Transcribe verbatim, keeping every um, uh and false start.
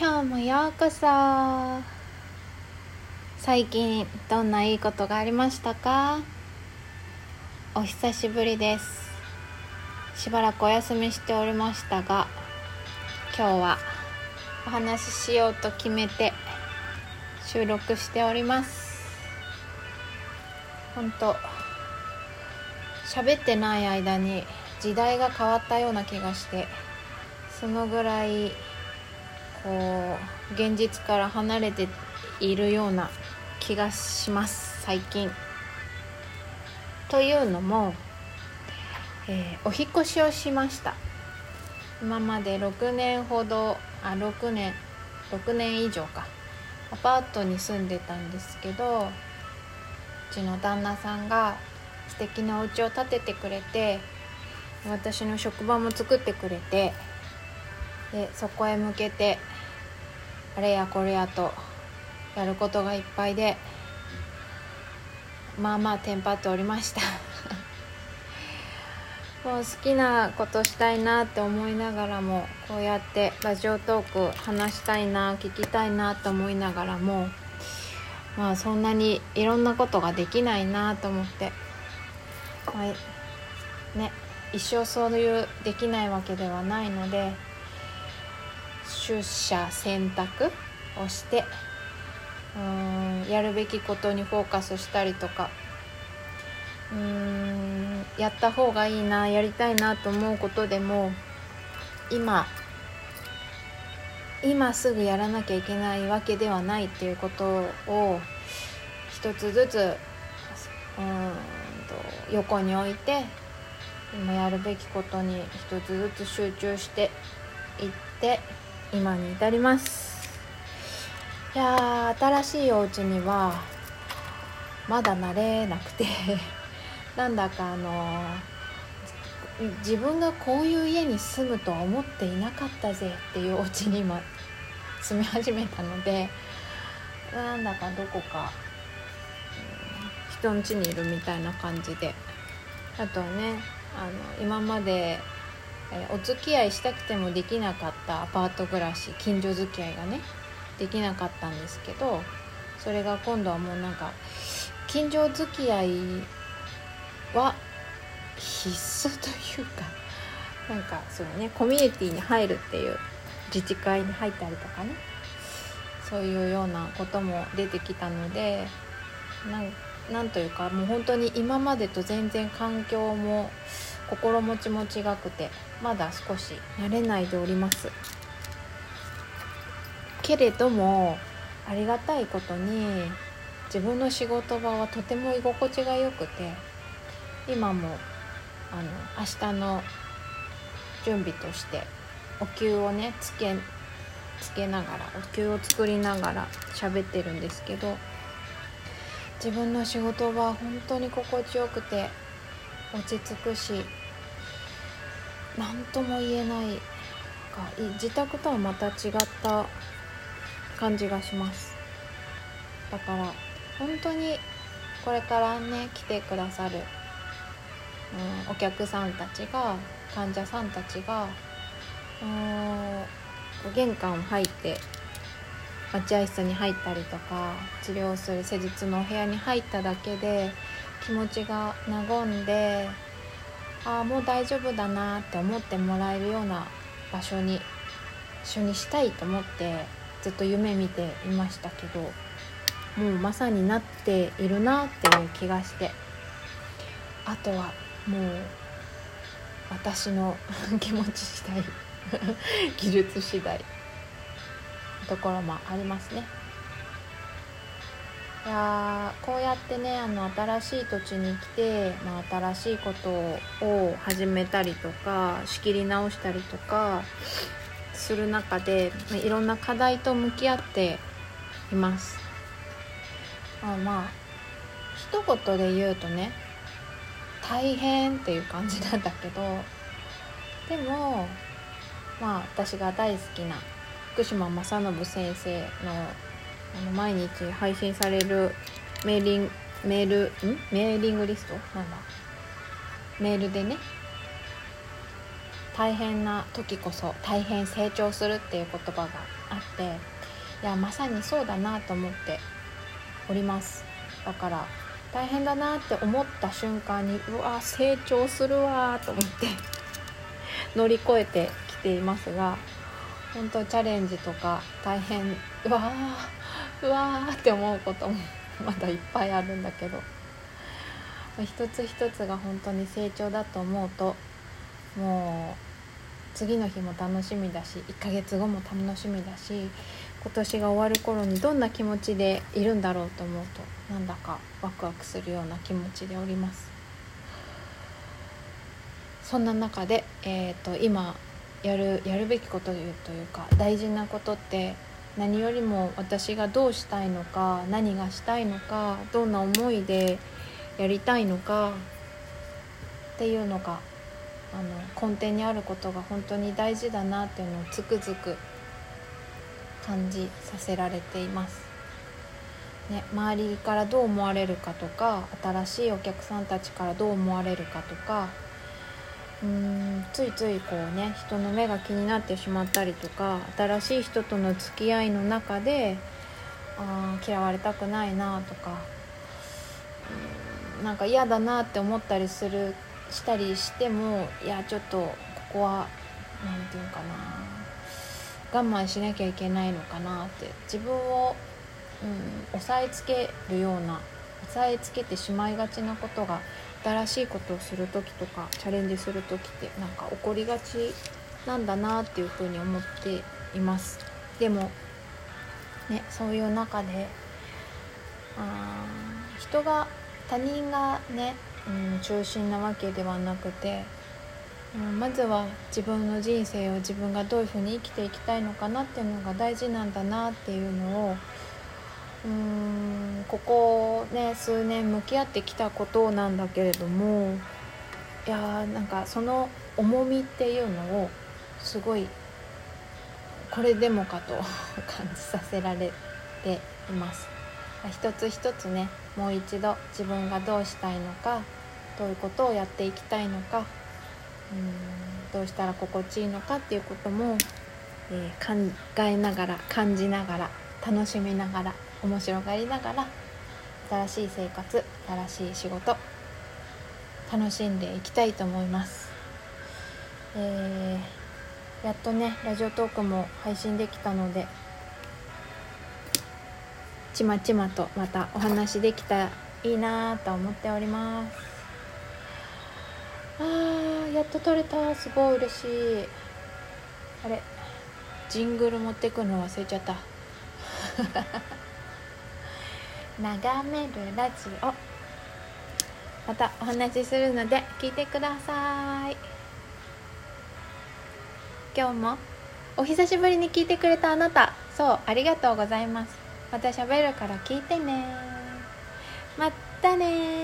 今日もようこそ。最近どんないいことがありましたか？お久しぶりです。しばらくお休みしておりましたが、今日はお話ししようと決めて収録しております。ほんと喋ってない間に時代が変わったような気がして、そのぐらいこう現実から離れているような気がします最近。というのも、えー、お引越しをしました。今までろくねんほどあ6年ろくねん以上かアパートに住んでたんですけど、うちの旦那さんが素敵なお家を建ててくれて、私の職場も作ってくれて、でそこへ向けてあれやこれやとやることがいっぱいで、まあまあテンパっておりましたもう好きなことしたいなって思いながらも、こうやってラジオトーク話したいな、聞きたいなと思いながらも、まあそんなにいろんなことができないなと思って、まあね、一生そういうできないわけではないので、取捨選択をしてうーんやるべきことにフォーカスしたりとか、うーんやった方がいいな、やりたいなと思うことでも、今今すぐやらなきゃいけないわけではないっていうことを一つずつうーんと横に置いて、今やるべきことに一つずつ集中していって今に至ります。いやー、新しいお家にはまだ慣れなくてなんだかあのー、自分がこういう家に住むとは思っていなかったぜっていうお家に今住み始めたので、なんだかどこか、うん、人ん家にいるみたいな感じで、あとはね、あの今までえお付き合いしたくてもできなかったアパート暮らし、近所付き合いがねできなかったんですけど、それが今度はもうなんか近所付き合いは必須というか、なんかそうね、コミュニティに入るっていう、自治会に入ったりとかね、そういうようなことも出てきたので、なんなんというか、もう本当に今までと全然環境も心持ちも違くて、まだ少し慣れないでおりますけれども、ありがたいことに自分の仕事場はとても居心地が良くて、今もあの明日の準備としてお灸をねつけつけながらお灸を作りながら喋ってるんですけど、自分の仕事場は本当に心地よくて落ち着くし、何とも言えないか、自宅とはまた違った感じがします。だから本当にこれからね来てくださる、うん、お客さんたちが、患者さんたちが、うん、玄関を入って待合室に入ったりとか、治療する施術のお部屋に入っただけで気持ちが和んで、ああもう大丈夫だなって思ってもらえるような場所に一緒にしたいと思ってずっと夢見ていましたけど、もうまさになっているなっていう気がして、あとはもう私の気持ち次第技術次第ところもありますね。いやこうやってね、あの新しい土地に来て、まあ、新しいことを始めたりとか仕切り直したりとかする中で、いろんな課題と向き合っています。あまあ一言で言うとね、大変っていう感じなんだけど、でもまあ私が大好きな福島正信先生のあの毎日配信されるメーリンメールんメーリングリストなんだメールでね大変な時こそ大変成長するっていう言葉があって、いやまさにそうだなと思っております。だから大変だなって思った瞬間に、うわ成長するわと思って乗り越えてきていますが、本当チャレンジとか大変、うわーうわーって思うこともまだいっぱいあるんだけど、一つ一つが本当に成長だと思うと、もう次の日も楽しみだし、いっかげつごも楽しみだし、今年が終わる頃にどんな気持ちでいるんだろうと思うと、なんだかワクワクするような気持ちでおります。そんな中で、えーと、今やる、やるべきことというか大事なことって、何よりも私がどうしたいのか、何がしたいのか、どんな思いでやりたいのかっていうのがあの根底にあることが本当に大事だなっていうのをつくづく感じさせられています、ね、周りからどう思われるかとか、新しいお客さんたちからどう思われるかとか、うーんついついこうね、人の目が気になってしまったりとか、新しい人との付き合いの中であ嫌われたくないなとか、うーんなんか嫌だなって思ったりするしたりしても、いやちょっとここはなんていうかな、我慢しなきゃいけないのかなって、自分を、うん、抑えつけるような、抑えつけてしまいがちなことが、新しいことをする時とかチャレンジする時ってなんか起こりがちなんだなっていうふうに思っています。でもね、そういう中であ人が他人がね、うん、中心なわけではなくて、うん、まずは自分の人生を自分がどういうふうに生きていきたいのかなっていうのが大事なんだなっていうのを、うーんここね数年向き合ってきたことなんだけれども、いやーなんかその重みっていうのをすごいこれでもかと感じさせられています。一つ一つね、もう一度自分がどうしたいのか、どういうことをやっていきたいのか、うーんどうしたら心地いいのかっていうことも、えー、考えながら、感じながら、楽しみながら、面白がりながら、新しい生活、新しい仕事楽しんでいきたいと思います。えー、やっとねラジオトークも配信できたので、ちまちまとまたお話できたらいいなと思っております。あーやっと撮れた、すごい嬉しい。あれジングル持ってくの忘れちゃった眺めるラジオ、またお話しするので聞いてください。今日もお久しぶりに聞いてくれたあなた、そうありがとうございます。また喋るから聞いてね。またね。